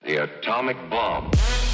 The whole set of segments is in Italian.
The atomic bomb.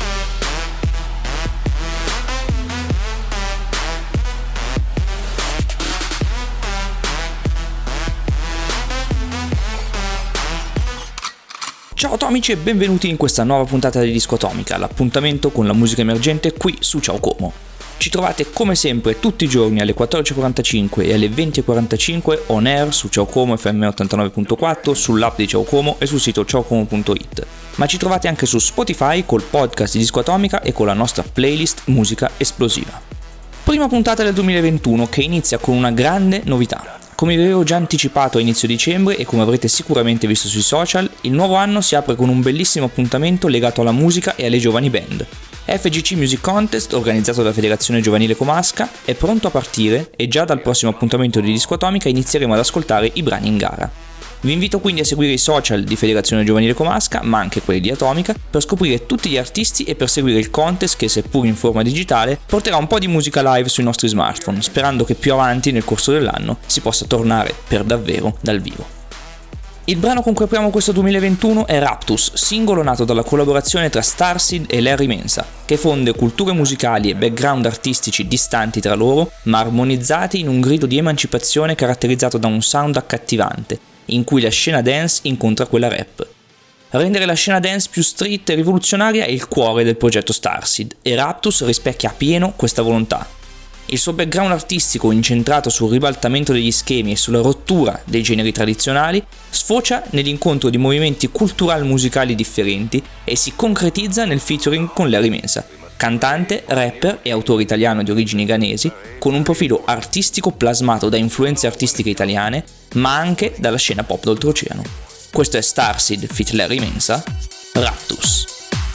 Ciao atomici e benvenuti in questa nuova puntata di Disco Atomica, l'appuntamento con la musica emergente qui su Ciao Como. Ci trovate come sempre tutti i giorni alle 14.45 e alle 20.45 on air su Ciao Como FM 89.4, sull'app di Ciao Como e sul sito ciaocomo.it. Ma ci trovate anche su Spotify col podcast di Disco Atomica e con la nostra playlist Musica Esplosiva. Prima puntata del 2021 che inizia con una grande novità. Come vi avevo già anticipato a inizio dicembre e come avrete sicuramente visto sui social, il nuovo anno si apre con un bellissimo appuntamento legato alla musica e alle giovani band. FGC Music Contest, organizzato dalla Federazione Giovanile Comasca, è pronto a partire e già dal prossimo appuntamento di Disco Atomica inizieremo ad ascoltare i brani in gara. Vi invito quindi a seguire i social di Federazione Giovanile Comasca, ma anche quelli di Atomica, per scoprire tutti gli artisti e per seguire il contest che, seppur in forma digitale, porterà un po' di musica live sui nostri smartphone, sperando che più avanti nel corso dell'anno si possa tornare per davvero dal vivo. Il brano con cui apriamo questo 2021 è Raptus, singolo nato dalla collaborazione tra Starseed e Larry Mensa, che fonde culture musicali e background artistici distanti tra loro, ma armonizzati in un grido di emancipazione caratterizzato da un sound accattivante, in cui la scena dance incontra quella rap. Rendere la scena dance più street e rivoluzionaria è il cuore del progetto Starseed, e Raptus rispecchia a pieno questa volontà. Il suo background artistico incentrato sul ribaltamento degli schemi e sulla rottura dei generi tradizionali sfocia nell'incontro di movimenti culturali musicali differenti e si concretizza nel featuring con Larry Mensa, cantante, rapper e autore italiano di origini ghanesi, con un profilo artistico plasmato da influenze artistiche italiane, ma anche dalla scena pop d'oltreoceano. Questo è Starseed feat. Larry Mensa, Raptus.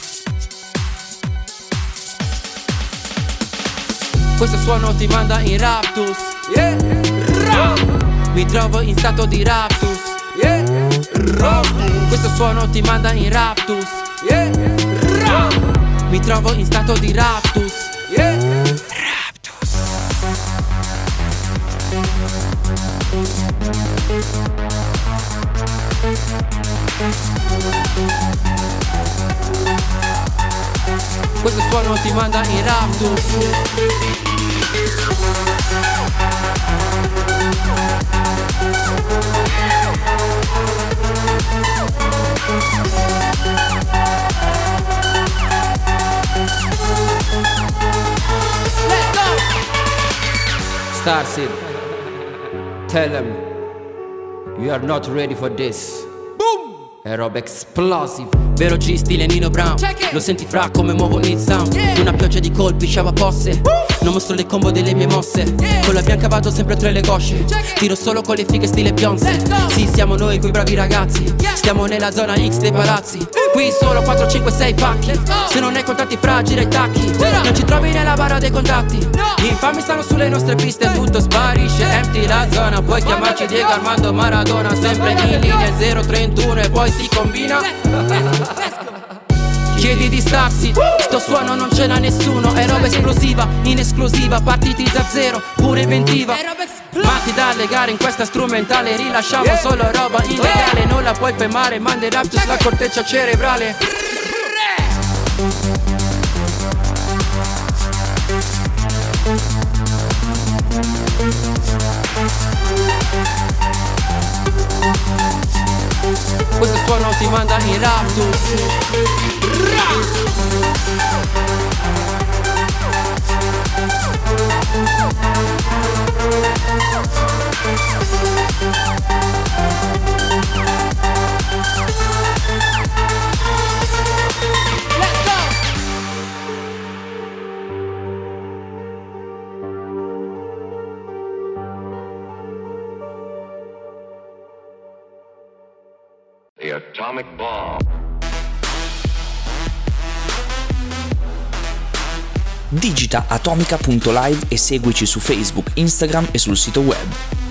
Questo suono ti manda in raptus, yeah. Mi trovo in stato di raptus, yeah. Questo suono ti manda in raptus, yeah. Mi trovo in stato di raptus, yeah. Raptus. Questo suono ti manda in raptus. Let's go! Starseed, tell them you are not ready for this. È roba explosive, vero G stile Nino Brown. Lo senti fra come muovo il sound, yeah. Una pioggia di colpi, sciava posse. Non mostro le combo delle mie mosse, yeah. Con la bianca vado sempre tra le cosce. Tiro solo con le fighe stile Beyoncé. Sì, siamo noi quei bravi ragazzi, yeah. Stiamo nella zona X dei palazzi. Qui solo 4, 5, 6 pacchi. Se non hai contatti fra gira i tacchi. Non ci trovi nella barra dei contatti. Gli infami stanno sulle nostre piste, tutto sparisce, empty la zona. Puoi chiamarci Diego Armando Maradona, sempre in linea 031 e poi si combina. Chiedi di starsi, sto suono non ce n'ha nessuno. È roba esplosiva, in esclusiva, partiti da zero, pure inventiva. Matti da legare in questa strumentale, rilasciamo solo roba illegale. Non la puoi fermare, mandi Raptus la corteccia cerebrale. Questo suono ti manda in raptus. Let's go! The atomic bomb. Digita atomica.live e seguici su Facebook, Instagram e sul sito web.